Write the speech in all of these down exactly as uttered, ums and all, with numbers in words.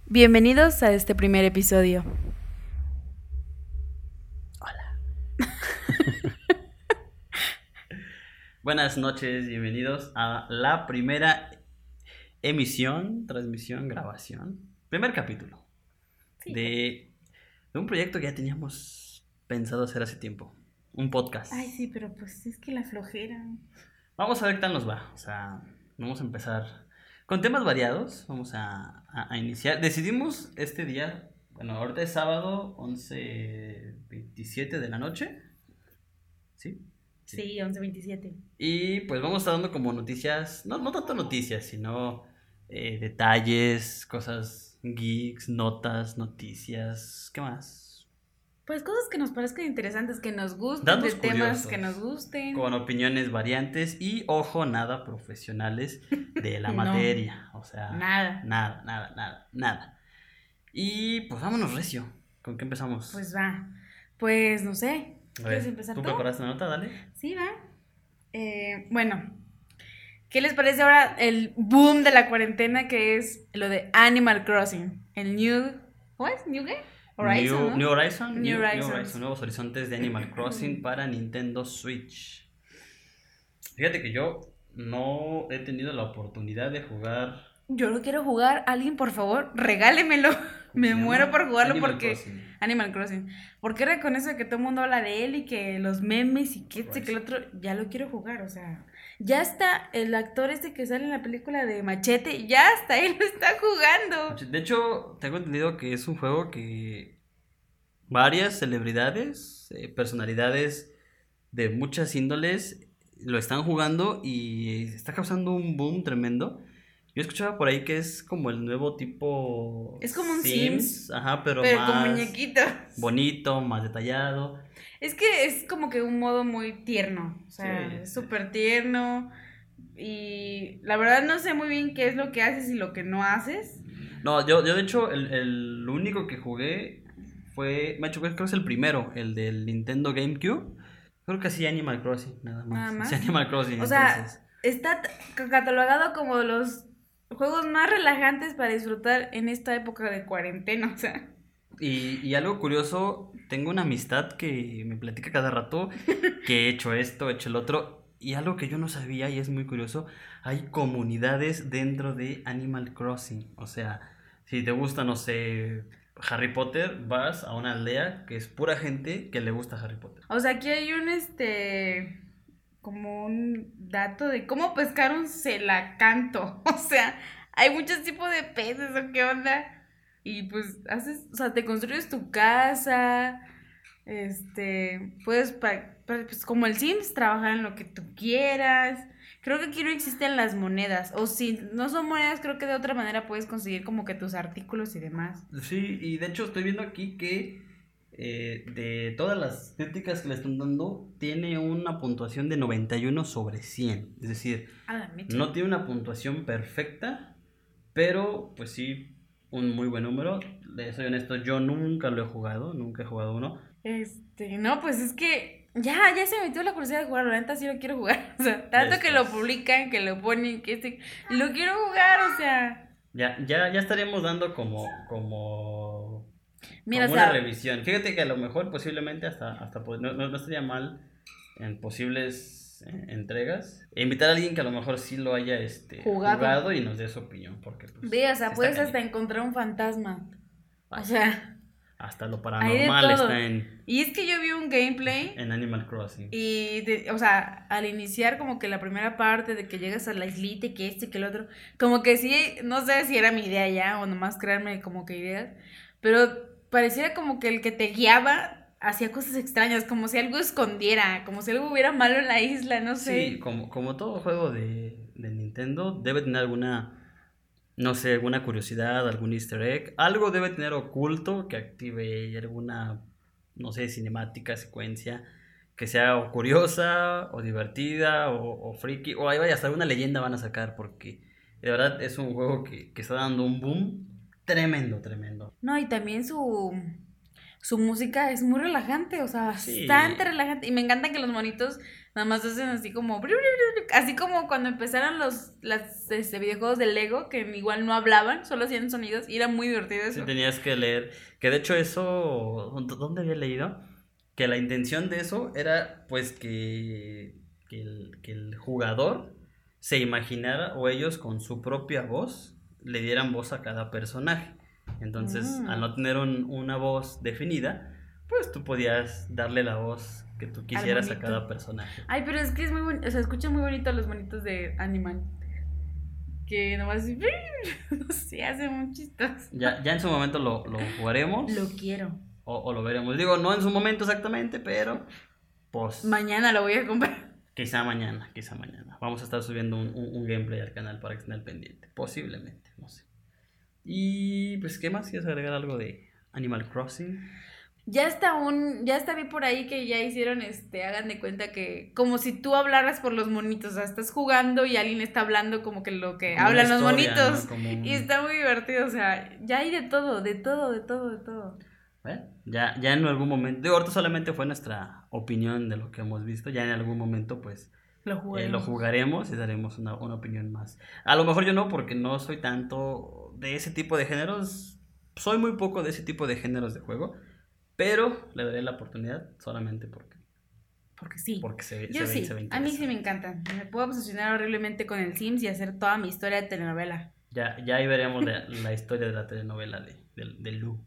Bienvenidos a este primer episodio. Hola. Buenas noches, bienvenidos a la primera emisión, transmisión, grabación, primer capítulo Sí. de, de un proyecto que ya teníamos pensado hacer hace tiempo, un podcast. Ay, sí, pero pues es que la flojera. Vamos a ver qué tal nos va, o sea, vamos a empezar con temas variados, vamos a, a, a iniciar. Decidimos este día, bueno, ahorita es sábado, once veintisiete de la noche, ¿sí? Sí, once veintisiete. Y pues vamos a estar dando como noticias, no, no tanto noticias, sino eh, detalles, cosas geeks, notas, noticias, ¿qué más? Pues cosas que nos parezcan interesantes, que nos gusten, Datos de temas curiosos, que nos gusten. con opiniones variantes y, ojo, nada profesionales de la No. materia. O sea, Nada. Nada, nada, nada, nada. Y pues vámonos recio. ¿Con qué empezamos? Pues va. Pues no sé. A ¿Quieres ver, empezar ¿tú tú? preparaste la nota? Dale. Sí, va. Eh, bueno, ¿qué les parece ahora el boom de la cuarentena que es lo de Animal Crossing? El New... ¿Cómo es? ¿New qué? Horizon, New, ¿no? New Horizon, New New, New Horizons. Horizon, nuevos horizontes de Animal Crossing para Nintendo Switch. Fíjate que yo no he tenido la oportunidad de jugar. Yo lo quiero jugar. Alguien, por favor, regálemelo. Me se muero llama? por jugarlo Animal porque... Crossing. Animal Crossing. Porque era con eso de que todo el mundo habla de él y que los memes y que este, que el otro... Ya lo quiero jugar, o sea... Ya está el actor este que sale en la película de Machete. Ya hasta él lo está jugando. De hecho, tengo entendido que es un juego que varias celebridades, eh, personalidades de muchas índoles lo están jugando y está causando un boom tremendo. Yo escuchaba por ahí que es como el nuevo tipo Es como un Sims, ajá, pero, pero más con muñequitos. bonito, más detallado. Es que es como que un modo muy tierno. O sea, Sí, es sí. súper tierno. Y la verdad no sé muy bien qué es lo que haces y lo que no haces. No, yo, yo de hecho el, el único que jugué fue, me hecho creo que es el primero, el del Nintendo GameCube. Creo que sí, Animal Crossing, nada más. Nada más. Sí, Animal Crossing, O sea, entonces. está t- catalogado como de los juegos más relajantes para disfrutar en esta época de cuarentena. O sea, Y, y algo curioso, tengo una amistad que me platica cada rato que he hecho esto, he hecho el otro. Y algo que yo no sabía y es muy curioso, hay comunidades dentro de Animal Crossing. O sea, si te gusta, no sé, Harry Potter, vas a una aldea que es pura gente que le gusta Harry Potter. o sea, aquí hay un este como un dato de cómo pescar un celacanto. O sea, hay muchos tipos de peces o qué onda. Y pues haces, o sea, te construyes tu casa, este, puedes, pa- pa- pues como el Sims, trabajar en lo que tú quieras. Creo que aquí no existen las monedas, o si no son monedas, creo que de otra manera puedes conseguir como que tus artículos y demás. Sí, y de hecho estoy viendo aquí que eh, de todas las críticas que le están dando, tiene una puntuación de noventa y uno sobre cien. Es decir, A la mecha. no tiene una puntuación perfecta, pero pues sí, un muy buen número. Le soy honesto, yo nunca lo he jugado, nunca he jugado uno. Este, no, pues es que ya, ya se me metió la curiosidad de jugar, la neta sí lo quiero jugar. O sea, tanto Ya que lo estás. publican, que lo ponen, que este, lo quiero jugar, o sea. Ya, ya, ya estaríamos dando como, como, Mira, como o una sea, revisión. Fíjate que a lo mejor posiblemente hasta, hasta po- no, no, no estaría mal en posibles eh, entregas. E invitar a alguien que a lo mejor sí lo haya este, Jugado. jugado y nos dé su opinión. Porque, pues, ve, o sea, sí está puedes canijo. hasta encontrar un fantasma. O Vaya, sea, hasta lo hay de paranormal todo. está en, Y es que yo vi un gameplay en Animal Crossing. y, de- o sea, al iniciar como que la primera parte de que llegas a la islita y que este y que el otro, como que sí, no sé si era mi idea ya o nomás crearme como que ideas, pero pareciera como que el que te guiaba hacía cosas extrañas, como si algo escondiera, como si algo hubiera malo en la isla, no sé. Sí, como, como todo juego de, de Nintendo, debe tener alguna, no sé, alguna curiosidad, algún easter egg. Algo debe tener oculto que active alguna, no sé, cinemática, secuencia, que sea o curiosa, o divertida, o, o friki, o ahí vaya, hasta alguna leyenda van a sacar, porque de verdad es un juego que, que está dando un boom tremendo, tremendo. No, y también su... su música es muy relajante, o sea, bastante Sí, relajante. Y me encanta que los monitos nada más hacen así como... Así como cuando empezaron los las, este, videojuegos de Lego, que igual no hablaban, solo hacían sonidos, y era muy divertido sí eso. tenías que leer. Que de hecho eso, ¿dónde había leído? Que la intención de eso era pues que, que el, que el jugador se imaginara o ellos con su propia voz le dieran voz a cada personaje. Entonces, al Mm, no tener un- una voz definida, pues tú podías darle la voz que tú al quisieras a monito. cada personaje. Ay, pero es que es muy bonito, o sea, escuchan muy bonito los monitos de Animal. Que nomás así, no sé, hace muy chistoso. Ya, ya en su momento lo, lo Lo jugaremos quiero. o, o lo veremos. Digo, no en su momento exactamente, pero pues Mañana lo voy a comprar. quizá mañana, quizá mañana. Vamos a estar subiendo un, un- un gameplay al canal para que estén al pendiente. Posiblemente, no sé. Y pues, ¿qué más? ¿Quieres agregar algo de Animal Crossing? Ya está un, ya está vi por ahí que ya hicieron este, hagan de cuenta que como si tú hablaras por los monitos, o sea, estás jugando y alguien está hablando como que lo que Como una hablan los historia, ¿no? monitos Como y un... está muy divertido, o sea, ya hay de todo, de todo, de todo, de todo. ¿eh? Ya, ya en algún momento, digo, ahorita solamente fue nuestra opinión de lo que hemos visto, ya en algún momento pues Lo eh, lo jugaremos. jugaremos y daremos una, una opinión más. A lo mejor yo no, porque no soy tanto de ese tipo de géneros, soy muy poco de ese tipo de géneros de juego, pero le daré la oportunidad solamente porque, Porque sí. porque se, ve- Yo se ve, se sí, ve a mí sí me interesante. encantan. Me puedo obsesionar horriblemente con el Sims y hacer toda mi historia de telenovela. Ya, ya ahí veremos la, la historia de la telenovela de, de, de Lu.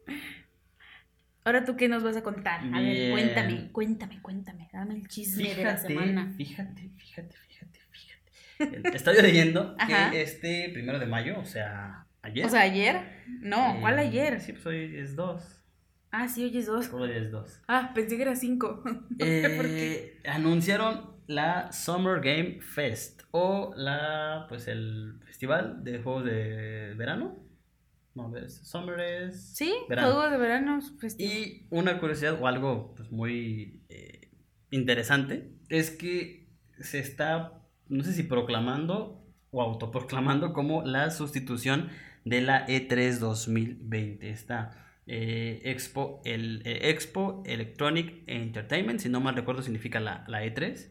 Ahora tú qué nos vas a contar. A ver, cuéntame, Bien. cuéntame, cuéntame. Dame el chisme de la Fíjate, semana. fíjate, fíjate, fíjate, fíjate. Estaba yo leyendo Ajá. que este primero de mayo, o sea, ayer. O sea, ayer. No, ¿cuál eh, ayer? Sí, pues hoy es dos. Ah, sí, hoy es dos. Hoy es dos. Ah, pensé que era cinco. No sé por qué. Eh, anunciaron la Summer Game Fest o la, pues el festival de juegos de verano. No, es- Summer es Sí, verano. juego de verano festivo. Y una curiosidad o algo pues muy eh, interesante es que se está, no sé si proclamando o autoproclamando como la sustitución de la E tres dos mil veinte. Esta eh, Expo, el, eh, Expo Electronic Entertainment, si no mal recuerdo significa la, la E tres.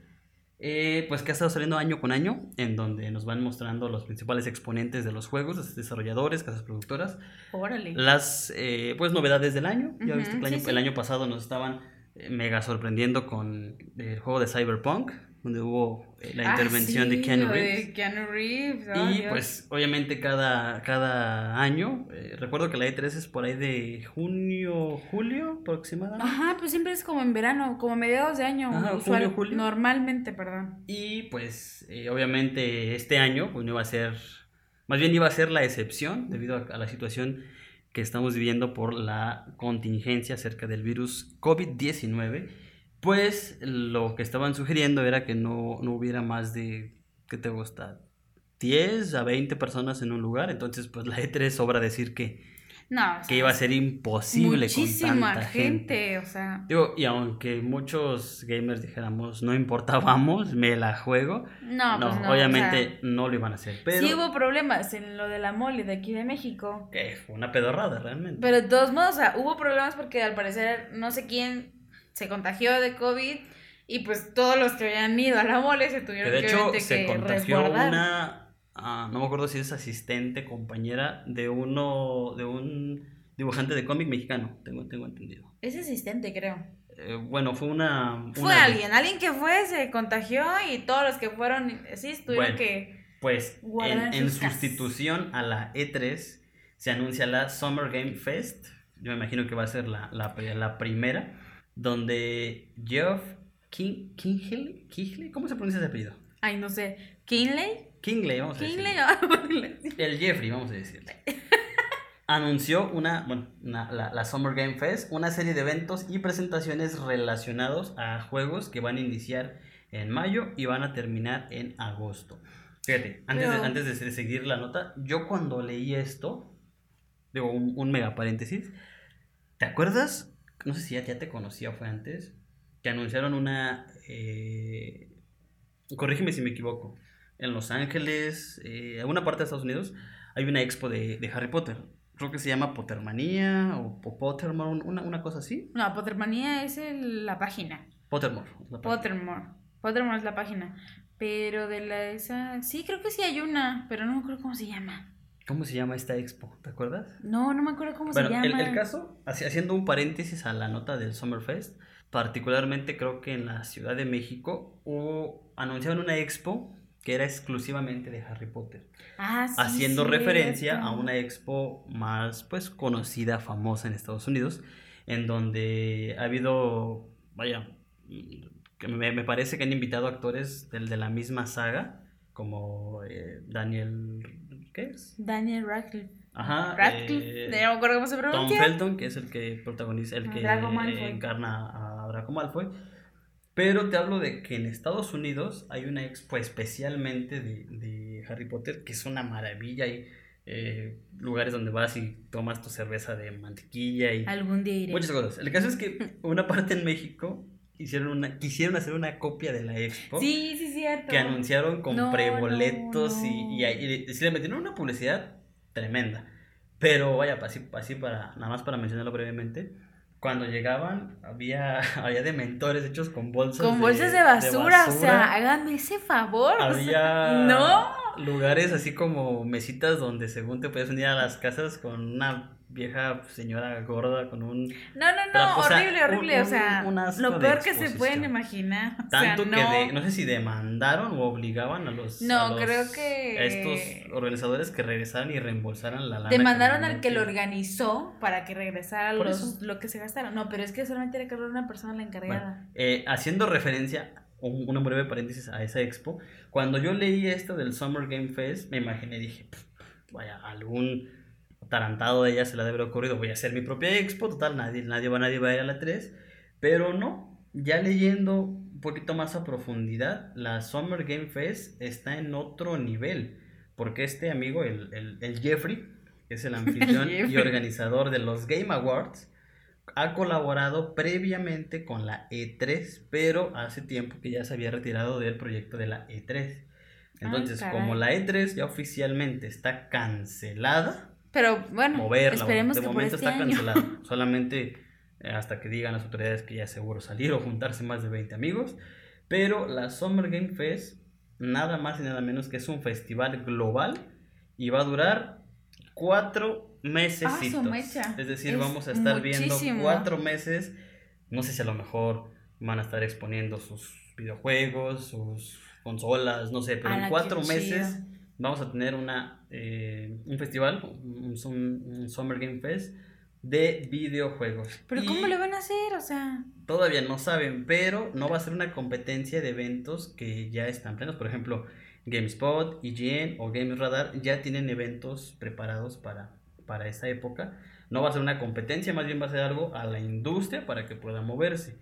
Eh, pues que ha estado saliendo año con año, en donde nos van mostrando los principales exponentes de los juegos, los desarrolladores, casas productoras, Órale. las eh, pues novedades del año. Ya viste Ujú, que el año, sí, el sí. año pasado nos estaban eh, mega sorprendiendo con el juego de Cyberpunk, donde hubo eh, la Ah, intervención sí, de Keanu lo Reeves. de Keanu Reeves. Oh, Y Dios. pues obviamente cada, cada año, eh, recuerdo que la E tres es por ahí de junio, julio aproximadamente. Ajá, pues siempre es como en verano, como mediados de año, Ajá, usual, junio, julio. normalmente, perdón. Y pues eh, obviamente este año pues no iba a ser, más bien iba a ser la excepción debido a, a la situación que estamos viviendo por la contingencia acerca del virus COVID diecinueve. Pues lo que estaban sugiriendo era que no, no hubiera más de, ¿qué te gusta? diez a veinte personas en un lugar. Entonces pues la E tres sobra decir que, No, o sea, que iba a ser imposible con muchísima tanta gente, gente. o sea, Digo, y aunque muchos gamers dijéramos, no importábamos, me la juego. no, No, pues no, o obviamente sea, no lo iban a hacer. Pero sí hubo problemas en lo de la mole de aquí de México, que fue una pedorrada realmente. pero de todos modos, o sea, hubo problemas porque al parecer no sé quién se contagió de COVID y pues todos los que habían ido a la mole se Que tuvieron de que, hecho obviamente, se que contagió resguardar. una, ah, no me acuerdo si es asistente, compañera de uno, de un dibujante de cómic mexicano, tengo, tengo entendido. Es asistente, creo. Eh, bueno, fue una... Fue una de- alguien, alguien que fue, se contagió y todos los que fueron, sí, tuvieron Bueno, que pues guardar en, en en sus casas. sustitución a la E tres se anuncia la Summer Game Fest. Yo me imagino que va a ser la, la, la primera, donde Geoff King, Kingley, Kingley, ¿cómo se pronuncia ese apellido? Ay, no sé, ¿Kinley? Kingley, vamos a ¿Kinley? decirle. El Jeffrey, vamos a decirle. Anunció una, bueno, una- la, la Summer Game Fest, una serie de eventos y presentaciones relacionados a juegos que van a iniciar en mayo y van a terminar en agosto. Fíjate, antes, Pero- de, antes de, de seguir la nota, yo cuando leí esto, digo, un, un mega paréntesis, ¿te acuerdas? No sé si ya, ya te conocía o fue antes, que anunciaron una, eh, corrígeme si me equivoco, en Los Ángeles, eh, alguna parte de Estados Unidos, hay una expo de, de Harry Potter. creo que se llama Pottermanía o, o Pottermore, una, una cosa así. No, Pottermanía es el- la página. Pottermore. es la página. Pottermore. Pottermore es la página. Pero de la esa. Sí, creo que sí hay una, pero no me acuerdo cómo se llama. ¿Cómo se llama esta expo? ¿Te acuerdas? No, no me acuerdo cómo Bueno, se llama. el, el caso, haci- haciendo un paréntesis a la nota del Summerfest, particularmente creo que en la Ciudad de México hubo, anunciaron una expo que era exclusivamente de Harry Potter, Ah, sí, haciendo cierto. referencia a una expo más pues conocida, famosa en Estados Unidos, en donde ha habido, vaya, que me, me parece que han invitado actores del, de la misma saga, como eh, Daniel, ¿qué es? Daniel Radcliffe. Ajá, Radcliffe, eh, no me acuerdo cómo se Tom pronuncia. Felton, que es el que protagoniza, el Ah, que Draco eh, Malfoy. encarna a Draco Malfoy. Pero te hablo de que en Estados Unidos hay una expo especialmente de, de Harry Potter, que es una maravilla. Hay eh, lugares donde vas y tomas tu cerveza de mantequilla y Algún día iré. muchas cosas. El caso es que una parte en México hicieron una, quisieron hacer una copia de la expo. Sí, sí, cierto. Que anunciaron con No, preboletos no, y, no. y, ahí- y sí le metieron una publicidad tremenda. Pero vaya, así, así para, nada más para mencionarlo brevemente, cuando llegaban había, había dementores hechos con bolsas Con bolsas de basura, o sea, háganme ese favor. o sea, Había no. lugares así como mesitas donde según te podías venir a las casas con una vieja señora gorda con un... No, no, no, trapo, o sea, horrible, horrible, un- o sea, un asco lo de peor que se exposición. pueden imaginar. O Tanto sea, que no. de, no sé si demandaron o obligaban a los, No, a los- creo que- a estos organizadores que regresaran y reembolsaran la lana. Demandaron que al que lo normalmente- organizó para que regresara Por los, eso. lo que se gastaron. No, pero es que solamente era que era una persona la encargada. Bueno, eh, haciendo referencia, un, un breve paréntesis a esa expo, cuando yo leí esto del Summer Game Fest, me imaginé, dije, "Pff, vaya, algún tarantado de ella se le debe haber ocurrido, voy a hacer mi propia expo, total, nadie, nadie, va, nadie va a ir a la tres, pero no, ya leyendo un poquito más a profundidad, la Summer Game Fest está en otro nivel, porque este amigo, el, el, el Jeffrey, que es el anfitrión y Jeffrey. organizador de los Game Awards, ha colaborado previamente con la E tres, pero hace tiempo que ya se había retirado del proyecto de la E tres. Entonces, Ah, como caray. la E tres ya oficialmente está cancelada, Pero bueno, moverla, esperemos de que por momento este está año. cancelada. Solamente eh, hasta que digan las autoridades que ya es seguro salir o juntarse más de veinte amigos. Pero la Summer Game Fest, nada más y nada menos que es un festival global y va a durar cuatro meses. Ah, su mecha. Es decir, Es vamos a estar muchísimo. viendo cuatro meses. No sé si a lo mejor van a estar exponiendo sus videojuegos, sus consolas, no sé, pero Ala, en qué cuatro chido. meses vamos a tener una, eh, un festival, un, un- un Summer Game Fest de videojuegos. Pero Y ¿cómo le van a hacer? O sea, todavía no saben, pero no va a ser una competencia de eventos que ya están plenos. Por ejemplo, GameSpot, I G N o Games Radar ya tienen eventos preparados para, para esa época. No va a ser una competencia, más bien va a ser algo a la industria para que pueda moverse.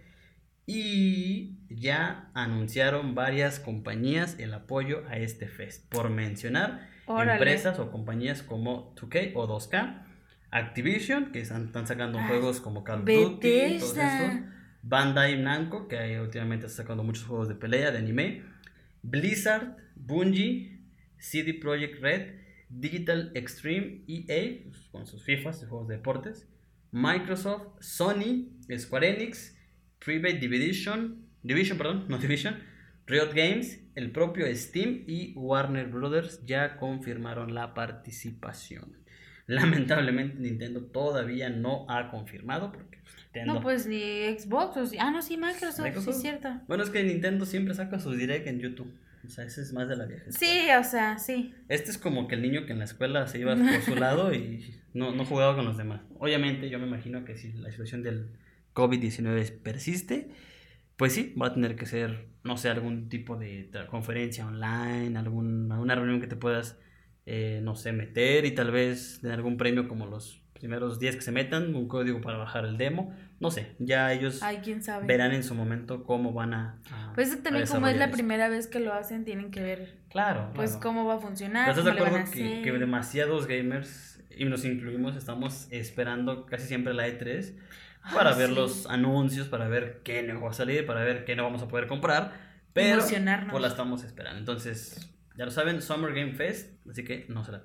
Y ya anunciaron varias compañías el apoyo a este fest. Por mencionar órale. empresas o compañías como dos K o dos K, Activision, que están, están sacando Ah, juegos como Call of Duty, todos Bethesda. estos. Bandai Namco, que ahí últimamente está sacando muchos juegos de pelea, de anime. Blizzard, Bungie, C D Projekt Red, Digital Extreme, E A, pues, con sus FIFAs, sus juegos de deportes. Microsoft, Sony, Square Enix, Private Division, Division, perdón, no Division, Riot Games, el propio Steam y Warner Brothers ya confirmaron la participación. Lamentablemente Nintendo todavía no ha confirmado porque Nintendo... No, pues ni Xbox. O sí- Ah, no, sí, Microsoft, sí, Microsoft. es cierto. Bueno, es que Nintendo siempre saca sus direct en YouTube. O sea, ese es más de la vieja escuela. Sí, o sea, sí. Este es como que el niño que en la escuela se iba por su lado y no, no jugaba con los demás. Obviamente, yo me imagino que si la situación del COVID diecinueve persiste, pues sí, va a tener que ser, no sé, algún tipo de tra- conferencia online, algún, alguna reunión que te puedas, eh, no sé, meter y tal vez tener algún premio como los primeros diez que se metan, un código para bajar el demo. No sé, ya ellos Ay, quién sabe. verán en su momento cómo van a... a- Pues es que a también como es la desarrollar esto. primera vez que lo hacen, tienen que ver Claro, pues claro. cómo va a funcionar, ¿Pero estás de cómo le van a acuerdo que, hacer. que demasiados gamers, y nos incluimos, estamos esperando casi siempre la E tres para Ay, ver sí. los anuncios, para ver qué nuevo va a salir, para ver qué no vamos a poder comprar, pero Emocionarnos. pues la estamos esperando. Entonces, ya lo saben, Summer Game Fest, así que no se la pierdan.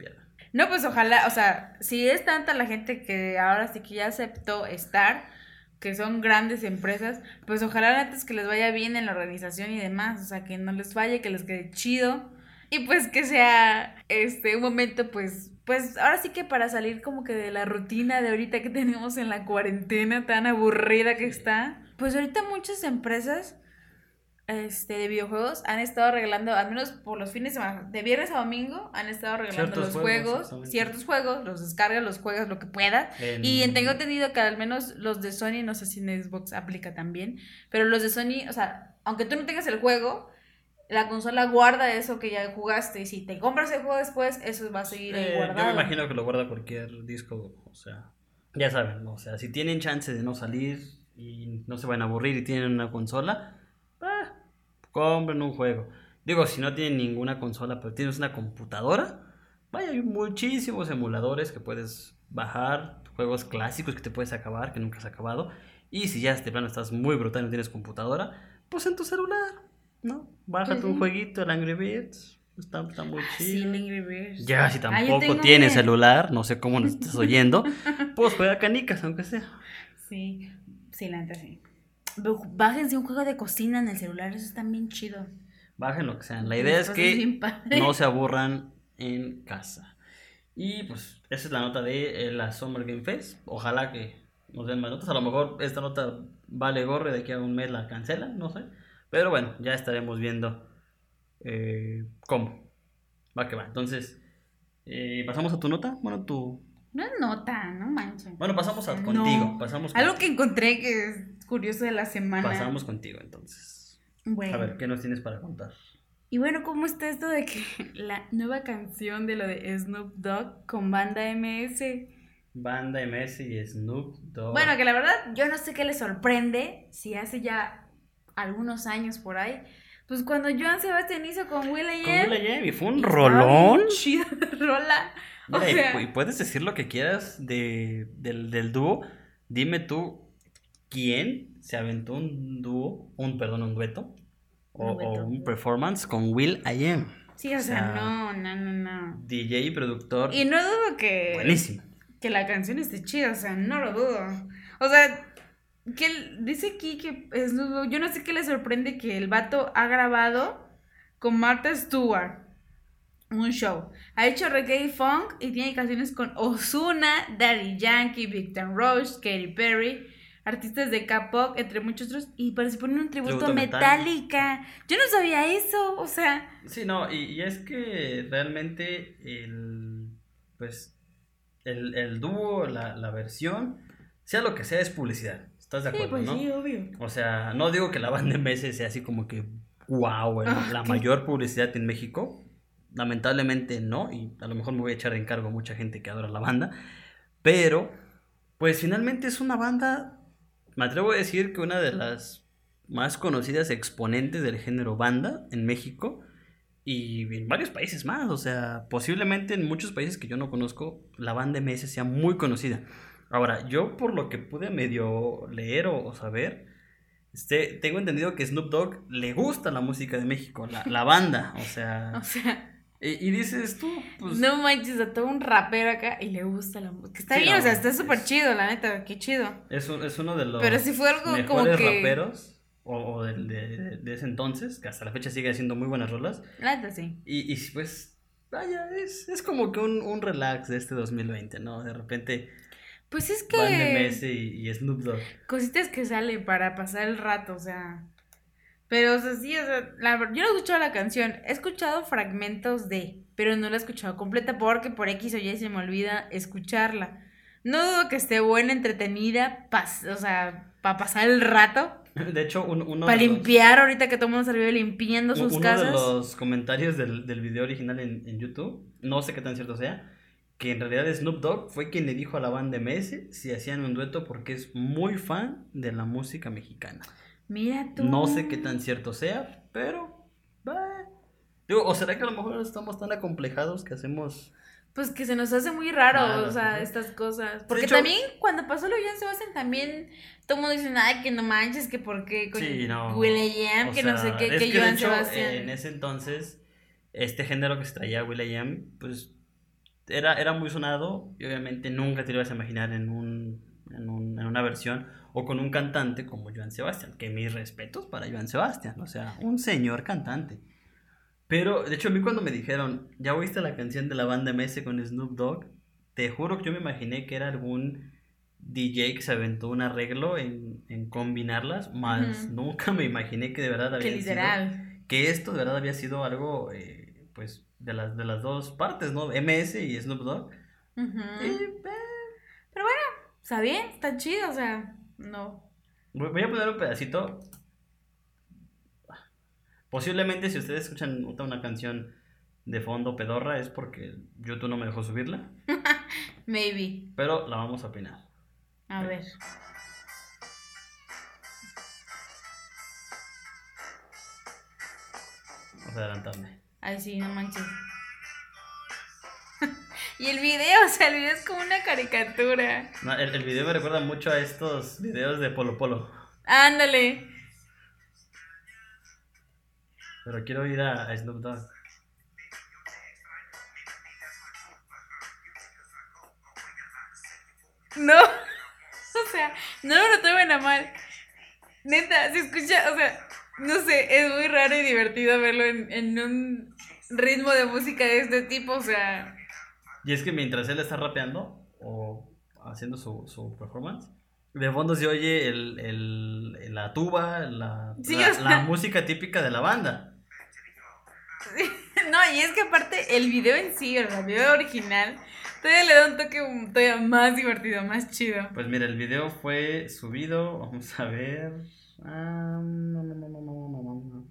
No, pues ojalá, o sea, si es tanta la gente que ahora sí que ya aceptó estar, que son grandes empresas, pues ojalá antes que les vaya bien en la organización y demás, o sea, que no les falle, que les quede chido y pues que sea este un momento pues pues ahora sí que para salir como que de la rutina de ahorita que tenemos en la cuarentena tan aburrida que está, pues ahorita muchas empresas este, de videojuegos han estado arreglando, al menos por los fines de semana, de viernes a domingo, han estado arreglando Ciertos los juegos, juegos, ciertos juegos, los descargas, los juegas, lo que puedas. En- Y tengo entendido que al menos los de Sony, no sé si en Xbox aplica también, pero los de Sony, o sea, aunque tú no tengas el juego, la consola guarda eso que ya jugaste. Y si te compras el juego después, eso va a seguir ahí Eh, yo me guardado. imagino que lo guarda cualquier disco, o sea, ya saben, ¿no? O sea, si tienen chance de no salir y no se van a aburrir y tienen una consola, ah, compren un juego. Digo, si no tienen ninguna consola, pero tienes una computadora, vaya, hay muchísimos emuladores que puedes bajar, juegos clásicos que te puedes acabar, que nunca has acabado. Y si ya este plano estás muy brutal y no tienes computadora, pues en tu celular, ¿no? Bájate Pues un sí. jueguito, el Angry Birds. Está, está muy Ah, sí, chido. el Angry Birds. Ya, si Ah, yo tampoco tengo tienes de- celular, no sé cómo nos estás oyendo, pues juega canicas, aunque sea. Sí, sí, la neta sí. Bájense un juego de cocina en el celular, eso está bien chido. Bajen lo que sean. La Y idea es después es que bien padre. no se aburran en casa. Y pues esa es la nota de eh, la Summer Game Fest. Ojalá que nos den más notas. A lo mejor esta nota vale gorre, de aquí a un mes la cancelan, no sé. Pero bueno, ya estaremos viendo eh, cómo. Va que va. Entonces, eh, pasamos a tu nota. Bueno, tu... No es nota, no manches. Bueno, pasamos a, No. contigo. Pasamos Algo contigo. que encontré que es curioso de la semana. Pasamos contigo, entonces. Bueno. A ver, ¿qué nos tienes para contar? Y bueno, ¿cómo está esto de que la nueva canción de lo de Snoop Dogg con Banda M S? Banda M S y Snoop Dogg. Bueno, que la verdad yo no sé qué le sorprende si hace ya algunos años por ahí. Pues cuando Joan Sebastián hizo con will.i.am. Con will.i.am y fue un estaba rolón. bien chida la rola. O Mira, y sea, pu- y puedes decir lo que quieras de, del, del dúo. Dime tú quién se aventó un dúo, un perdón, un dueto o, Un dueto. o un performance con will.i.am. sí, o, sea, no, no, no, no. D J y productor. Y no dudo que Buenísimo. que la canción esté chida, o sea, no lo dudo. O sea, que él- dice aquí que es, yo no sé qué le sorprende que el vato ha grabado con Martha Stewart un show. Ha hecho reggae y funk y tiene canciones con Ozuna, Daddy Yankee, Victor Roach, Katy Perry, artistas de K-pop, entre muchos otros, y parece poner un tributo, Tributo a Metallica. Metallica. Yo no sabía eso, o sea, Sí, no, y, y es que realmente el, pues, el, el dúo, la, la versión, sea lo que sea, es publicidad. ¿Estás de sí, acuerdo, pues no? sí, obvio. O sea, no digo que la banda M S sea así como que, wow, Ah, la ¿qué? mayor publicidad en México. Lamentablemente no, y a lo mejor me voy a echar de encargo a mucha gente que adora la banda. Pero, pues finalmente es una banda, me atrevo a decir que una de las más conocidas exponentes del género banda en México y en varios países más. O sea, posiblemente en muchos países que yo no conozco, la banda M S sea muy conocida. Ahora, yo por lo que pude medio leer o, o saber, este, tengo entendido que Snoop Dogg le gusta la música de México, la, la banda, o sea... O sea, Y, y dices tú, pues... no manches, a todo un rapero acá y le gusta la música. Está Sí, bien, no, o sea, está es- súper chido, la neta, qué chido. Es, un- es uno de los Pero sí fue algo como mejores que- raperos o, o del- de, de ese entonces, que hasta la fecha sigue haciendo muy buenas rolas. La neta, sí. Y, y pues, vaya, es, es como que un, un relax de este dos mil veinte, ¿no? De repente, Pues es Banda M que S y, y Snoop Dogg. cositas que salen para pasar el rato, o sea. Pero, o sea, sí, o sea, la ver- yo no he escuchado la canción, he escuchado fragmentos de, pero no la he escuchado completa porque por X o Y se me olvida escucharla. No dudo que esté buena, entretenida, pas- o sea, para pasar el rato, De hecho, un- uno, para de los, limpiar ahorita que todo el mundo salió limpiando un- sus uno casas. de los comentarios del, del video original en, en YouTube, no sé qué tan cierto sea, que en realidad Snoop Dogg fue quien le dijo a la banda M S si hacían un dueto porque es muy fan de la música mexicana. Mira tú. No sé qué tan cierto sea, pero... bah. Digo, ¿o será que a lo mejor estamos tan acomplejados que hacemos... Pues que se nos hace muy raro, Nada, o sea, ajá. estas cosas. Porque hecho- también cuando pasó lo de Joan Sebastián también todo el mundo dice, ay, que no manches, que por qué con Sí, no. will.i.am, O que no sea, sé qué, es que, de Joan hecho, Sebastián. en ese entonces, este género que se traía will.i.am, pues era, era muy sonado y obviamente nunca te lo ibas a imaginar en, un, en, un, en una versión o con un cantante como Joan Sebastián, que mis respetos para Joan Sebastián, o sea, un señor cantante. Pero, de hecho, a mí cuando me dijeron, ¿ya oíste la canción de la banda M S con Snoop Dogg? Te juro que yo me imaginé que era algún D J que se aventó un arreglo en, en combinarlas, más Ujú. nunca me imaginé que de verdad Que habían sido, literal. que esto de verdad había sido algo, eh, pues, de las, de las dos partes, ¿no? M S y Snoop Dogg. Ujú. Y, eh, Pero bueno, está bien, está chido, o sea, no. voy voy a poner un pedacito. Posiblemente si ustedes escuchan otra una canción de fondo pedorra es porque YouTube no me dejó subirla, Maybe. pero la vamos a opinar. A ver. Vamos a adelantarme. Ay, sí, no manches. Y el video, o sea, el video es como una caricatura. No, el, el video me recuerda mucho a estos videos de Polo Polo. Ándale. Pero quiero ir a, a Snoop Dogg. No. O sea, no lo tomen a mal. Neta, se escucha, o sea, no sé, es muy raro y divertido verlo en, en un ritmo de música de este tipo, o sea. Y es que mientras él está rapeando o haciendo su, su performance, de fondo se oye el, el, la tuba, la, Sí, la, o sea. la música típica de la banda. No, y es que aparte el video en sí, o sea, el video original, todavía le da un toque todavía más divertido, más chido. Pues mira, el video fue subido, vamos a ver. Ah, no, no, no, no, no, no, no, no.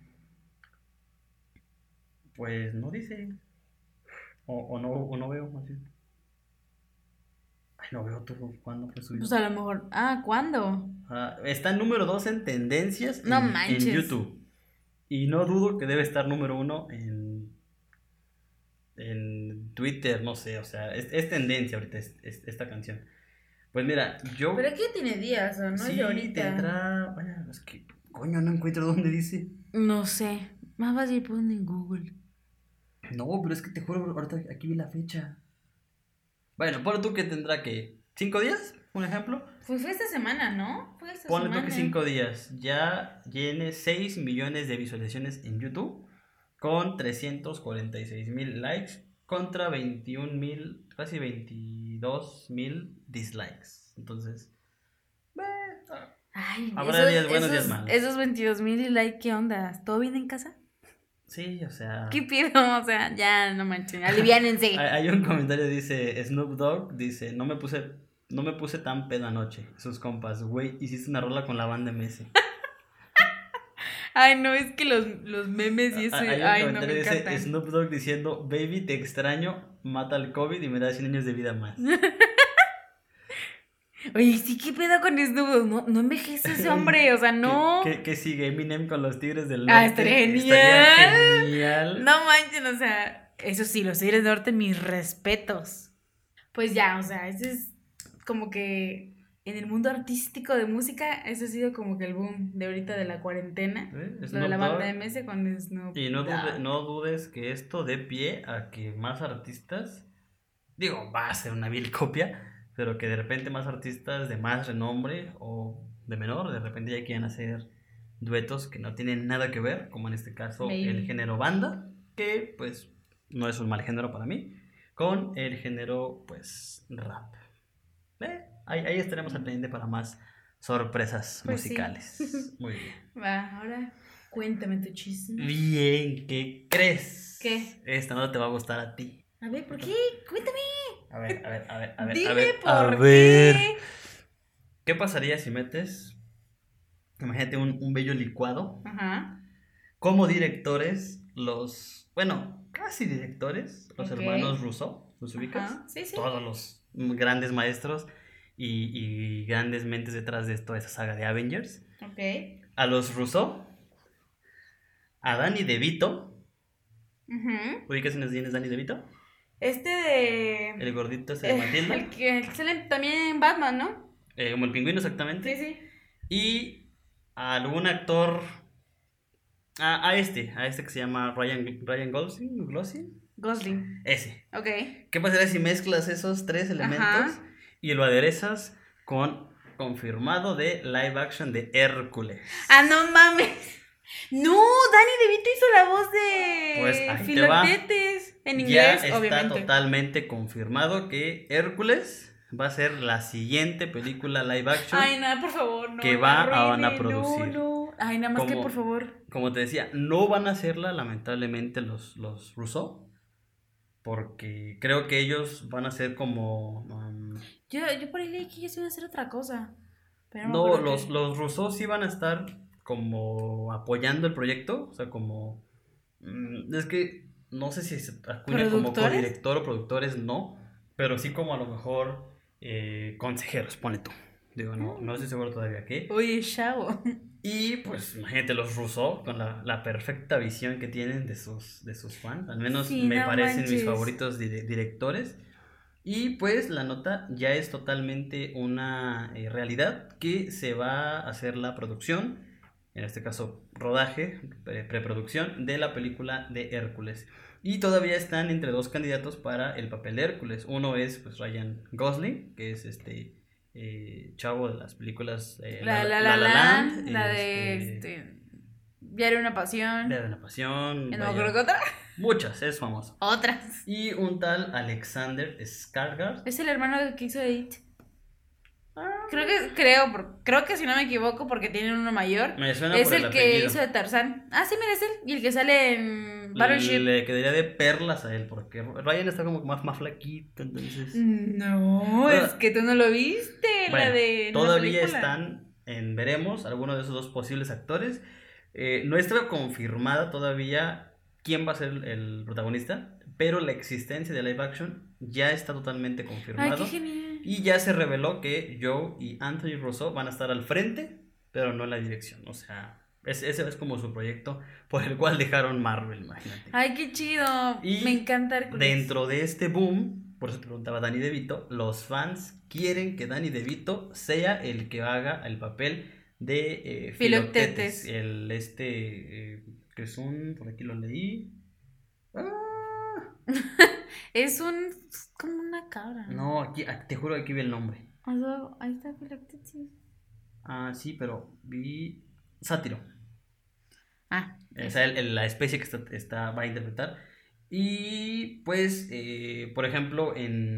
Pues no dice. O, o no, o no veo, más bien. Ay, no veo tú cuándo fue subido. Pues a lo mejor. Ah, ¿cuándo? Ah, está número dos en tendencias No en, en manches. YouTube. Y no dudo que debe estar número uno en, en Twitter, no sé, o sea, es, es tendencia ahorita es- es- esta canción. Pues mira, yo Pero aquí tiene días, ¿o no? sí Y ahorita. tendrá, bueno, es que coño no encuentro dónde dice. No sé. Más fácil ponen en Google. No, pero es que te juro, ahorita aquí vi la fecha. Bueno, ponle tú que tendrá que cinco días, un ejemplo. Pues fue esta semana, ¿no? Fue esta Ponle semana. tú que cinco días. Ya tiene seis millones de visualizaciones en YouTube con trescientos cuarenta y seis mil likes contra veintiún mil, casi veintidós mil dislikes. Entonces, Ay, habrá esos, días buenos, días esos, malos. esos veintidós mil like, ¿qué onda? ¿Todo bien en casa? Sí, o sea. ¿Qué pido? O sea, ya no manchen, aliviánense. Hay, hay un comentario que dice Snoop Dogg, dice, no me puse, no me puse tan pedo anoche. Sus compas, güey, hiciste una rola con la banda M S. Ay, no, es que los, los memes y eso, Hay un ay, no, comentario me que dice encantan. Snoop Dogg diciendo, baby, te extraño, mata el COVID y me da cien años de vida más. Oye, sí, ¿qué pedo con Snoop Dogg? No, no envejece ese hombre, o sea, no. ¿Qué, qué, qué sigue Eminem con los Tigres del Norte? Ah, estaría Estaría genial. genial. No manchen, o sea, eso sí, los Tigres del Norte, mis respetos. Pues ya, o sea, ese es como que en el mundo artístico de música, ese ha sido como que el boom de ahorita de la cuarentena. ¿Eh? Lo de Snoop la banda Dogg. M S con Snoop Y no, dude- Dogg. no dudes que esto dé pie a que más artistas, digo, va a ser una vil copia, pero que de repente más artistas de más renombre o de menor, de repente ya quieran hacer duetos que no tienen nada que ver, como en este caso Maybe. el género banda, que pues no es un mal género para mí, con el género pues rap. Eh, ahí, ahí estaremos al pendiente para más sorpresas Pues sí. musicales. Muy bien. Va, ahora cuéntame tu chisme. Bien, ¿qué crees? ¿Qué? Esta no te va a gustar a ti. A ver, ¿por qué? Cuéntame. A ver, a ver, a ver, a ver. Dime a ver, por a qué. ver. ¿Qué pasaría si metes, imagínate un, un bello licuado, Ajá. como directores, los, bueno, casi directores, los Ok. hermanos Rousseau, ¿los ubicas? Ajá, sí, sí. Todos los grandes maestros y, y grandes mentes detrás de toda esa saga de Avengers. Ok. A los Rousseau, a Danny DeVito. Ujú. ¿Ubicas en es Danny DeVito? Este de. El gordito ese de eh, Matilda. el que sale también en Batman, ¿no? Eh, como el pingüino exactamente. Sí, sí. Y a algún actor. A, a este, a este que se llama Ryan, Ryan Gosling. Gosling. Gosling. Ese. Ok. ¿Qué pasaría si mezclas esos tres elementos Ajá. y lo aderezas con confirmado de live action de Hércules? Ah, no mames. No, Danny DeVito hizo la voz de Pues ahí te va. Filoctetes. En Ya inglés, está obviamente. totalmente confirmado que Hércules va a ser la siguiente película live action. Ay, nada, por favor, no. Que no va a- arruinen, van a producir. No, no. Ay, nada más Como- que por favor. Como te decía, no van a hacerla lamentablemente los, los Russo, porque creo que ellos van a ser como... um, Yo, yo por ahí leí que ellos iban a hacer otra cosa. Pero no, me no, acuerdo los, qué. los Russo sí van a estar como apoyando el proyecto, o sea, como... mm, es que no sé si se acuña como ¿Productores? codirector o productores, no, pero sí como a lo mejor eh, consejeros, ponle tú. Digo, no, no estoy seguro todavía qué. Oye, chavo. Y pues imagínate los Rousseau con la, la perfecta visión que tienen de sus, de sus fans. Al menos Sí, me no parecen mis manches. favoritos dire- directores. Y pues la nota ya es totalmente una eh, realidad que se va a hacer la producción, en este caso rodaje, pre- preproducción de la película de Hércules. Y todavía están entre dos candidatos para el papel de Hércules. Uno es pues Ryan Gosling, que es este eh, chavo de las películas eh, La la la, Land, la de este. Diario de una pasión. Diario de una pasión. No vaya, creo que otra. muchas, es famoso. Otras. Y un tal Alexander Skarsgård. Es el hermano que hizo de It. Creo que, creo, por- creo que si no me equivoco, porque tiene uno mayor. Me suena Es por el el que apellido. hizo de Tarzán. Ah, sí, mira, es él. Y el que sale en Battleship. Le quedaría de perlas a él, porque Ryan está como más, más flaquito, entonces... No, Bueno, es que tú no lo viste. Bueno, la de. la todavía película. están en veremos alguno de esos dos posibles actores. Eh, no está confirmada todavía quién va a ser el, el protagonista, pero la existencia de live action ya está totalmente Ay, confirmado. qué genial. Y ya se reveló que Joe y Anthony Russo van a estar al frente, pero no en la dirección. O sea, es- ese es como su proyecto por el cual dejaron Marvel, imagínate. Ay, qué chido. Y Me encanta Hércules. Dentro de este boom, por eso te preguntaba Danny DeVito, los fans quieren que Danny DeVito sea el que haga el papel de eh, Filoctetes. Filoctetes. El este, eh, que es un, por aquí lo leí. Ah, Es un. Es como una cabra. no, aquí, ah, te juro que aquí vi el nombre. O sea, ahí está Filoctetes. Ah, sí, pero vi sátiro. Ah. O sea, el- el- la especie que está, está- va a interpretar. Y pues, eh, por ejemplo,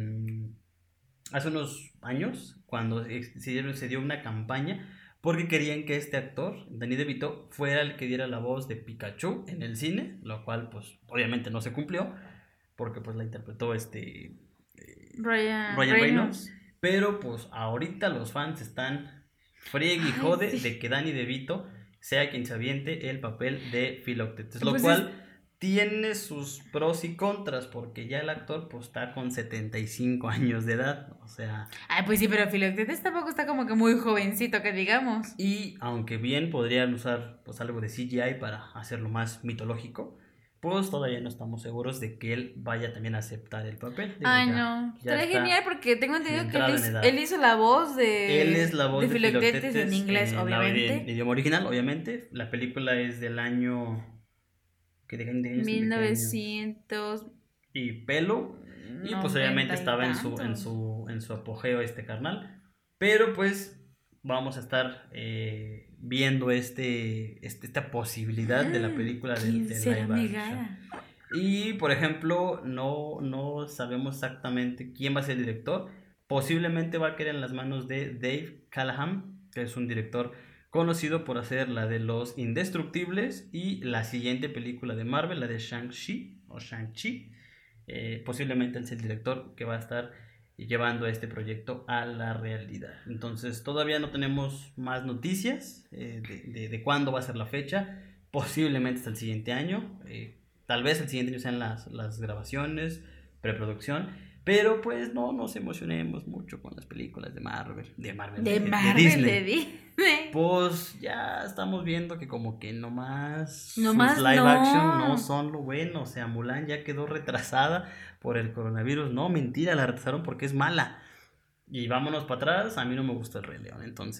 en hace unos años, cuando ex- se dieron- se dio una campaña, porque querían que este actor, Danny DeVito, fuera el que diera la voz de Pikachu en el cine, lo cual, pues, obviamente no se cumplió, porque pues la interpretó este eh, Ryan, Ryan Reynolds. Reynolds. Pero pues ahorita los fans están friegue y Ay, jode sí. de que Danny DeVito sea quien se aviente el papel de Filoctetes, lo Pues cual tiene sus pros y contras, porque ya el actor pues está con setenta y cinco años de edad, o sea, Ay, pues sí, pero Filoctetes tampoco está como que muy jovencito, que digamos. y aunque bien podrían usar pues algo de C G I para hacerlo más mitológico, pues todavía no estamos seguros de que él vaya también a aceptar el papel. Digo, Ay, ya- no. ya Estaría está genial porque tengo entendido que entrado él en hizo, edad. él hizo la voz de. Él es la voz de, Filoctetes en inglés, en la- obviamente. en idioma original, obviamente. La película es del año... ¿Qué de, de años? ¿De qué años? mil novecientos. Y pelo. Y pues noventa obviamente y estaba en su, en, tantos. su, en su apogeo este carnal. Pero pues vamos a estar eh, viendo este, este, esta posibilidad de la película de, ¿Quién de será live action. Megara? Y por ejemplo, no, no sabemos exactamente quién va a ser el director. Posiblemente va a quedar en las manos de Dave Callahan, que es un director conocido por hacer la de Los Indestructibles y la siguiente película de Marvel, la de Shang-Chi o Shang-Chi. Eh, posiblemente él es el director que va a estar llevando este proyecto a la realidad. Entonces todavía no tenemos más noticias eh, de, de, de cuándo va a ser la fecha. Posiblemente hasta el siguiente año. Eh, Tal vez el siguiente año sean las, las grabaciones, preproducción, pero pues no nos emocionemos mucho con las películas de Marvel, de Marvel, De Marvel, Disney. de Disney. Pues ya estamos viendo que como que nomás Nomás sus live no. action no son lo bueno, o sea, Mulan ya quedó retrasada por el coronavirus, no, mentira, la retrasaron porque es mala. Y vámonos para atrás, a mí no me gusta el Rey León, entonces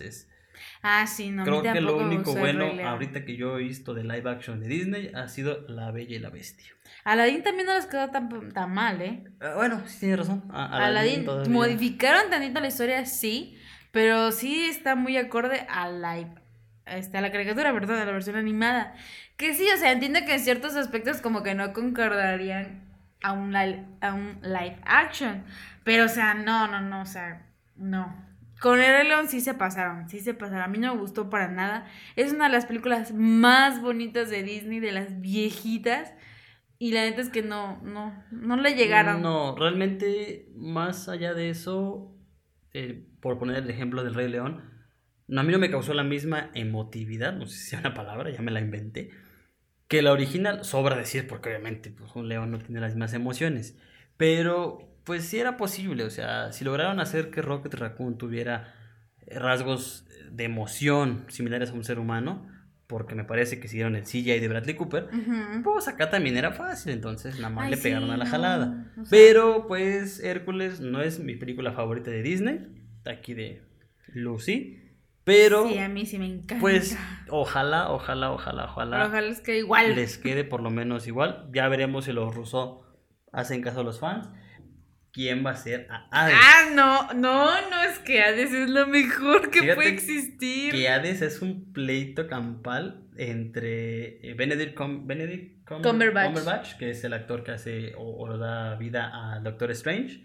Ah, sí, no, a mí Creo que lo tampoco me único gustó el bueno Rey León. ahorita que yo he visto de live action de Disney ha sido La Bella y la Bestia. Aladdin también no les quedó tan, tan mal, ¿eh? Ah, bueno, sí tienes razón. A- Aladdin Aladdin, todavía. modificaron tantito la historia, sí, pero sí está muy acorde a la, este, a la caricatura, perdón, a la versión animada. Que sí, o sea, entiendo que en ciertos aspectos como que no concordarían a un, li- a un live action, pero o sea, no, no, no, o sea, no. Con el Rey León sí se pasaron, sí se pasaron. A mí no me gustó para nada. Es una de las películas más bonitas de Disney, de las viejitas. Y la neta es que no, no, no le llegaron. No, realmente, más allá de eso, eh, por poner el ejemplo del Rey León, no, a mí no me causó la misma emotividad, no sé si sea una palabra, ya me la inventé, que la original. Sobra decir, porque obviamente pues, un león no tiene las mismas emociones, pero pues sí era posible, o sea, si lograron hacer que Rocket Raccoon tuviera rasgos de emoción similares a un ser humano, porque me parece que siguieron el C G I de Bradley Cooper, Ujú. pues acá también era fácil, entonces nada más Ay, le sí, pegaron a la no, jalada. o sea, Pero pues Hércules no es mi película favorita de Disney, aquí de Lucy, sí, a pero mí sí me encanta. pues ojalá, ojalá, ojalá, Pero ojalá ojalá les quede igual. les quede por lo menos igual. Ya veremos si los Rousseau hacen caso a los fans. ¿Quién va a ser a Hades? Ah, no, no, no, es que Hades es lo mejor que Fíjate puede existir. Que Hades es un pleito campal entre eh, Benedict, Com- Benedict Com- Cumberbatch. Cumberbatch, que es el actor que hace o, o da vida a Doctor Strange,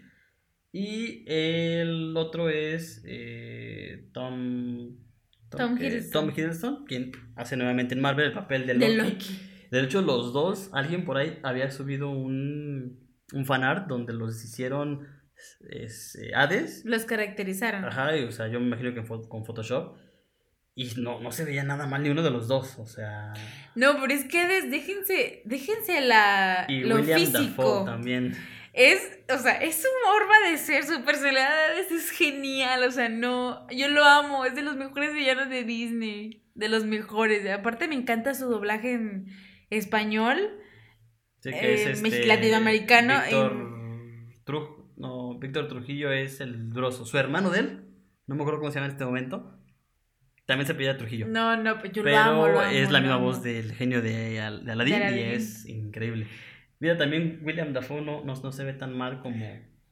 y el otro es eh, Tom, Tom ¿qué? Hiddleston. Tom Hiddleston, quien hace nuevamente en Marvel el papel de De Loki. Loki. De hecho, los dos, alguien por ahí había subido un, un fanart donde los hicieron es, eh, Hades. Los caracterizaron. Ajá, y, o sea, yo me imagino que fo- con Photoshop. Y no, no se veía nada mal ni uno de los dos, o sea... No, pero es que Hades, déjense, déjense la, Y lo William físico. Dafoe también. Es, o sea, es su forma de ser, su personalidad de Hades es genial, o sea, no, yo lo amo, es de los mejores villanos de Disney, de los mejores. Aparte me encanta su doblaje en español, Sí, que es eh, este... mexi- latinoamericano. Víctor... en- Truj... No, Víctor Trujillo es el grosso. Su hermano de él, no me acuerdo cómo se llama en este momento, también se apellida Trujillo. No, no, pues yo Pero lo amo, lo amo. es la lo misma amo. voz del genio de, Al- de Aladdin, De Aladdin. y es increíble. Mira, también William Dafoe no, no, no se ve tan mal como,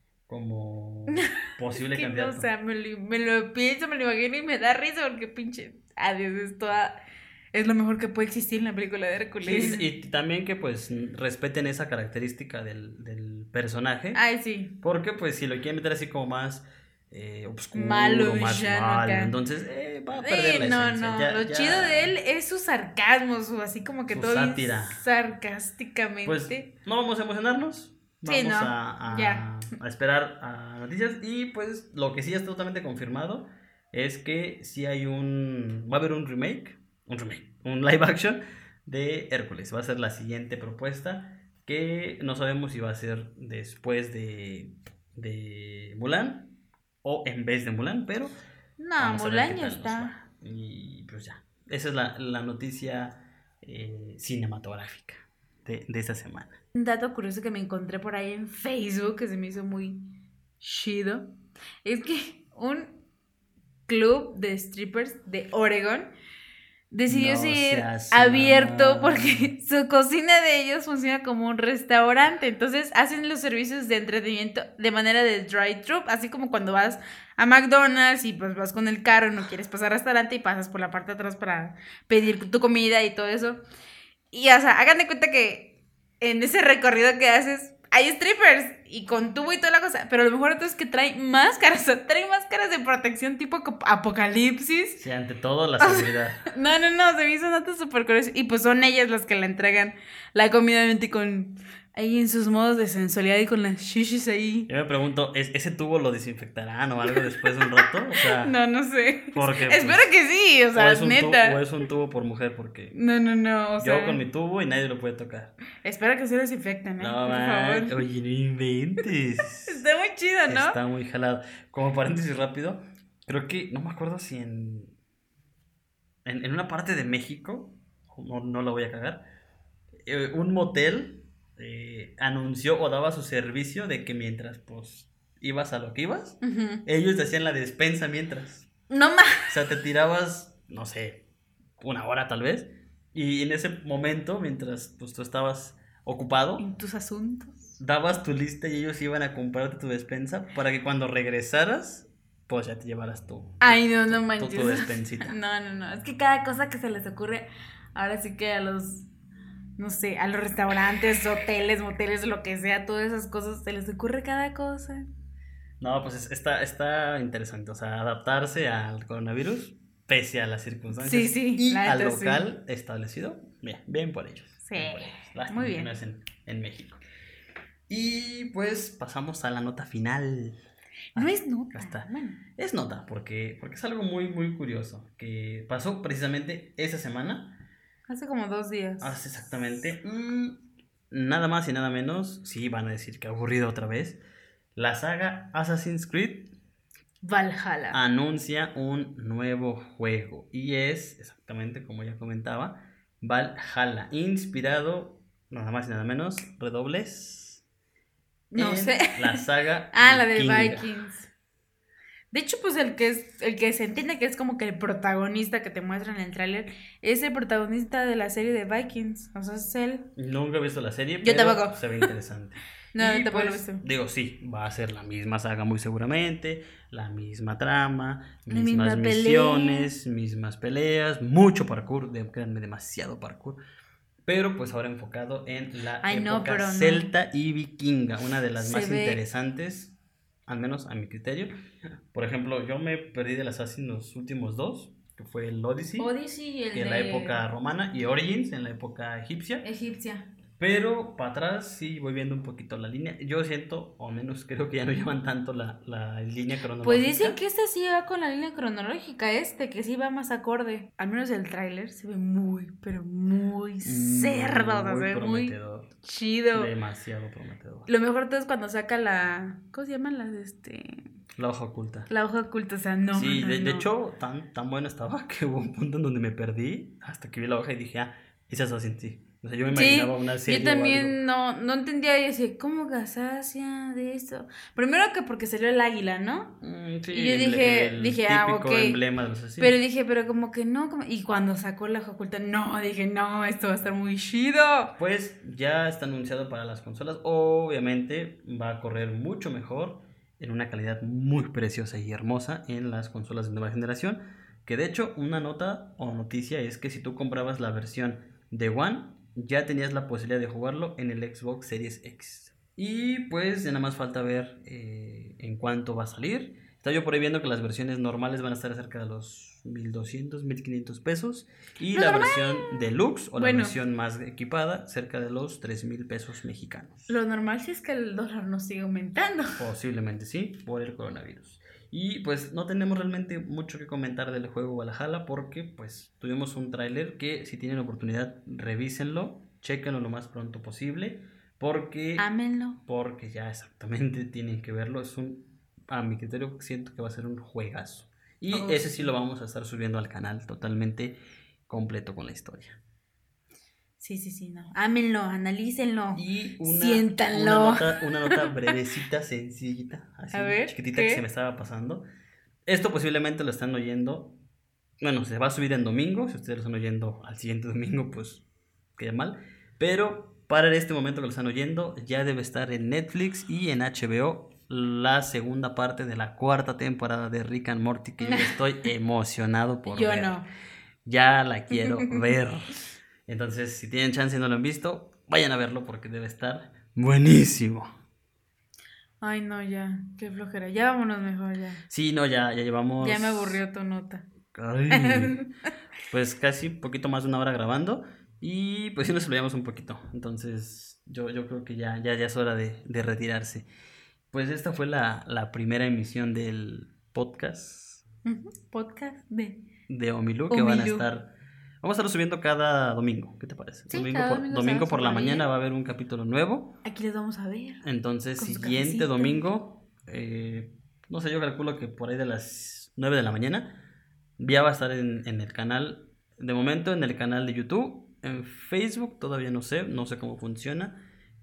como posible Es que no, candidato. o sea, me lo, me lo pienso, me lo imagino y me da risa porque pinche Hades es toda, es lo mejor que puede existir en la película de Hércules. Sí, y también que pues respeten esa característica del, del personaje. Ay, sí. Porque pues si lo quieren meter así como más eh, oscuro, Malo, más villano malo, acá. entonces eh, va a Eh, perder la no, esencia. no, Ya- lo ya- chido de él es su sarcasmo, su así como que Su todo bien sátira. sarcásticamente. Pues no vamos a emocionarnos. Vamos Sí, no, a, a- ya. a esperar a noticias. Y pues lo que sí está totalmente confirmado es que sí hay un... Va a haber un remake. Un remake. Un live action de Hércules. Va a ser la siguiente propuesta. Que no sabemos si va a ser después de, de Mulan o en vez de Mulan. Pero no, vamos a ver Mulan qué ya tal nos está. va. Y pues ya. Esa es la, la noticia eh, cinematográfica de, de esta semana. Un dato curioso que me encontré por ahí en Facebook que se me hizo muy chido es que un club de strippers de Oregon decidió No seguir seas abierto mamón. porque su cocina de ellos funciona como un restaurante. Entonces hacen los servicios de entretenimiento de manera de drive-thru, así como cuando vas a McDonald's y pues vas con el carro y no quieres pasar hasta adelante y pasas por la parte de atrás para pedir tu comida y todo eso. Y o sea, hagan de cuenta que en ese recorrido que haces hay strippers y con tubo y toda la cosa, pero lo mejor de todo es que trae máscaras, o sea, trae máscaras de protección tipo ap- apocalipsis. Sí, ante todo la seguridad. No, no, no, se me hizo nota súper curioso. Y pues son ellas las que le entregan la comida, obviamente, con ahí en sus modos de sensualidad y con las shishis ahí. Yo me pregunto, ¿es- ¿ese tubo lo desinfectarán o algo después de un rato? O sea, No, no sé. porque, pues, Espero que sí, o sea, es un tu- neta. o es un tubo por mujer, porque No, no, no, o sea. yo con mi tubo y nadie lo puede tocar. Espero que se desinfecten, ¿eh? No, Por man, favor. oye, no inventes. Está muy chido, ¿no? Está muy jalado. Como paréntesis rápido, creo que, no me acuerdo si en, en, en una parte de México, no, no lo voy a cagar, eh, un motel eh, anunció o daba su servicio de que mientras pues ibas a lo que ibas, Ujú. ellos te hacían la despensa mientras. No más. O sea, te tirabas, no sé, una hora tal vez. Y en ese momento, mientras pues, tú estabas ocupado, En tus asuntos. dabas tu lista y ellos iban a comprarte tu despensa para que cuando regresaras, pues ya te llevaras tu, Ay, no, tu, no tu- manches. tu despensita. No, no, no. Es que cada cosa que se les ocurre, ahora sí que a los, no sé, a los restaurantes, hoteles, moteles, lo que sea, todas esas cosas, se les ocurre cada cosa. No, pues es- está, está interesante, o sea, adaptarse al coronavirus pese a las circunstancias Sí, sí, y la al neta, sí. local establecido. Bien, bien por ellos. Sí, Bien por ellos. Lástima muy que bien. no es en, en México. Y pues pasamos a la nota final. No Ah, es nota. acá está. Bueno. Es nota porque, porque es algo muy, muy curioso que pasó precisamente esa semana. Hace como dos días. Hace exactamente mm, nada más y nada menos. Sí, van a decir que aburrido otra vez. La saga Assassin's Creed Valhalla. anuncia un nuevo juego y es exactamente como ya comentaba, Valhalla, inspirado nada más y nada menos, redobles, No en sé. la saga Ah, la de vikinga. Vikings. De hecho, pues el que es, el que se entiende que es como que el protagonista que te muestran en el tráiler es el protagonista de la serie de Vikings. O sea, es él. Nunca he visto la serie, Yo pero tampoco. se ve interesante. No, Y yo tampoco lo he pues, visto. digo, sí, va a ser la misma saga muy seguramente, la misma trama, La mismas misma pelea. misiones, mismas peleas, mucho parkour, de, créanme, demasiado parkour. Pero pues ahora enfocado en la Ay, no, época pero no. celta y vikinga, una de las Se más ve- interesantes, al menos a mi criterio. Por ejemplo, yo me perdí del Assassin los últimos dos, que fue el Odyssey, Odyssey y el que en la época romana, y Origins en la época egipcia. egipcia. Pero para atrás sí voy viendo un poquito la línea. Yo siento, o al menos creo que ya no llevan tanto la, la línea cronológica. Pues dicen que este sí va con la línea cronológica, este, que sí va más acorde. Al menos el tráiler se ve muy, pero muy cerdo, o sea, muy se ve muy prometedor. chido. Demasiado prometedor. Lo mejor de todo es cuando saca la... ¿Cómo se llaman las, este...? La hoja oculta. La hoja oculta, o sea, no, sí, no, de, de no. hecho, tan, tan bueno estaba que hubo un punto en donde me perdí hasta que vi la hoja y dije, ah, es Assassin's Creed. O sea, yo me Sí, imaginaba una serie yo o algo. también no, no entendía y decía, ¿cómo Gasacia de eso? Primero que porque salió el águila, ¿no? Mm, sí, Y yo el- dije- el dije, ah, típico ok. emblema de los asesinos. Pero dije, pero como que no, como... y cuando sacó la hoja oculta, no, dije, no, esto va a estar muy chido. Pues ya está anunciado para las consolas. Obviamente va a correr mucho mejor en una calidad muy preciosa y hermosa en las consolas de nueva generación. Que de hecho, una nota o noticia es que si tú comprabas la versión de One, ya tenías la posibilidad de jugarlo en el Xbox Series X. Y pues ya nada más falta ver eh, en cuánto va a salir. Está yo por ahí viendo que las versiones normales van a estar cerca de los mil doscientos, mil quinientos pesos. Y ¡Lo la normal! versión deluxe o Bueno. la versión más equipada cerca de los tres mil pesos mexicanos. Lo normal sí es que el dólar no sigue aumentando. Posiblemente sí, por el coronavirus. Y pues no tenemos realmente mucho que comentar del juego Valhalla porque pues tuvimos un tráiler que si tienen oportunidad revísenlo, chéquenlo lo más pronto posible porque, Ámenlo. porque ya exactamente tienen que verlo. Es un, a mi criterio siento que va a ser un juegazo. Y Oh, ese sí. sí lo vamos a estar subiendo al canal totalmente completo con la historia. Sí, sí, sí, no. Ámenlo, analícenlo. Y una, Siéntanlo. una nota, una nota brevecita, sencillita, así A ver, chiquitita ¿qué? que se me estaba pasando. Esto posiblemente lo están oyendo. Bueno, se va a subir en domingo. Si ustedes lo están oyendo al siguiente domingo, pues queda mal. Pero para este momento que lo están oyendo, ya debe estar en Netflix y en H B O la segunda parte de la cuarta temporada de Rick and Morty, que yo estoy emocionado por Yo ver. no. Ya la quiero ver. Entonces, si tienen chance y no lo han visto, vayan a verlo porque debe estar buenísimo. Ay, no, ya. Qué flojera. Ya vámonos mejor, ya. Sí, no, ya, ya llevamos... Ya me aburrió tu nota. Ay, pues casi un poquito más de una hora grabando y pues sí nos olvidamos un poquito. Entonces, yo, yo creo que ya, ya, ya es hora de, de retirarse. Pues esta fue la, la primera emisión del podcast Ujú, podcast de... de Omilu que van a Omilu. estar... Vamos a estarlo subiendo cada domingo, ¿qué te parece? Sí, domingo cada por, domingo domingo se por va la a subir. mañana va a haber un capítulo nuevo. Aquí les vamos a ver. Entonces, Con su siguiente cafecito. domingo, eh, no sé, yo calculo que por ahí de las nueve de la mañana, ya va a estar en, en el canal, de momento en el canal de YouTube, en Facebook, todavía no sé, no sé cómo funciona.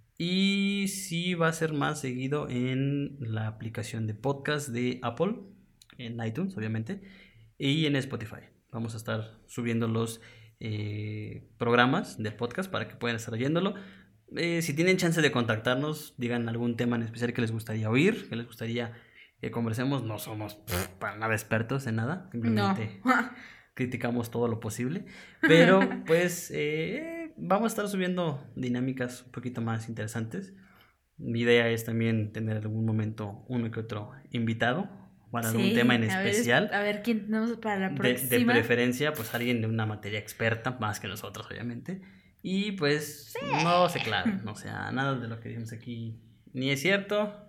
Y sí va a ser más seguido en la aplicación de podcast de Apple. en iTunes, obviamente, y en Spotify. Vamos a estar subiendo los eh, programas del podcast para que puedan estar oyéndolo. Eh, si tienen chance de contactarnos, digan algún tema en especial que les gustaría oír, que les gustaría que conversemos. No somos pff, para nada expertos en nada, simplemente No. criticamos todo lo posible, pero pues eh, vamos a estar subiendo dinámicas un poquito más interesantes. Mi idea es también tener en algún momento uno que otro invitado para algún Sí, tema en a ver, especial. a ver quién tenemos para la De, próxima. de preferencia, pues alguien de una materia experta, más que nosotros, obviamente. Y pues no se claro, o sea, nada de lo que dijimos aquí ni es cierto,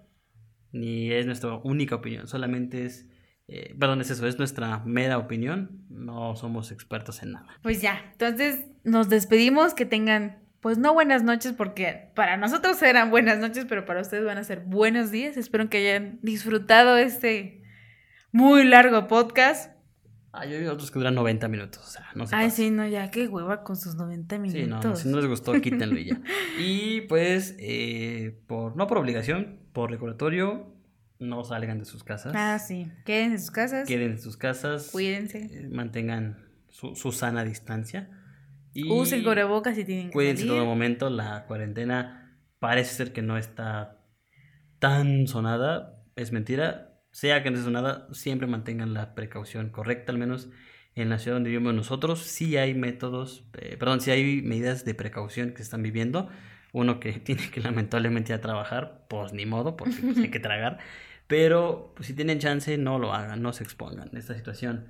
ni es nuestra única opinión, solamente es, eh, perdón, es eso, es nuestra mera opinión, no somos expertos en nada. Pues ya, entonces nos despedimos, que tengan, pues no buenas noches, porque para nosotros eran buenas noches, pero para ustedes van a ser buenos días. Espero que hayan disfrutado este muy largo podcast. Hay otros que duran noventa minutos, o sea, no se Ay, pasen. sí, no, ya qué hueva con sus noventa minutos. Sí, no, no, si no les gustó, quítenlo y ya. Y pues, eh, por, no por obligación, por recordatorio, no salgan de sus casas. Ah, sí, queden en sus casas. Queden en sus casas. Cuídense. Eh, mantengan su, su sana distancia. Y usen cubrebocas si tienen que cuídense en salir. todo momento. La cuarentena parece ser que no está tan sonada. Es mentira. Sea que no esté sonada, siempre mantengan la precaución correcta, al menos en la ciudad donde vivimos nosotros. Sí hay métodos, eh, perdón, sí hay medidas de precaución que se están viviendo. Uno que tiene que lamentablemente ir a trabajar, pues ni modo, porque pues, hay que tragar. Pero pues, si tienen chance, no lo hagan, no se expongan. Esta situación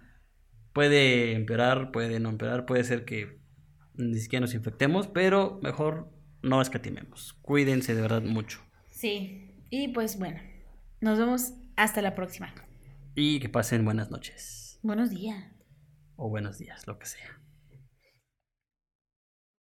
puede empeorar, puede no empeorar, puede ser que ni siquiera nos infectemos, pero mejor no escatimemos. Cuídense de verdad mucho. Sí, y pues bueno, nos vemos hasta la próxima. Y que pasen buenas noches. Buenos días. O buenos días, lo que sea.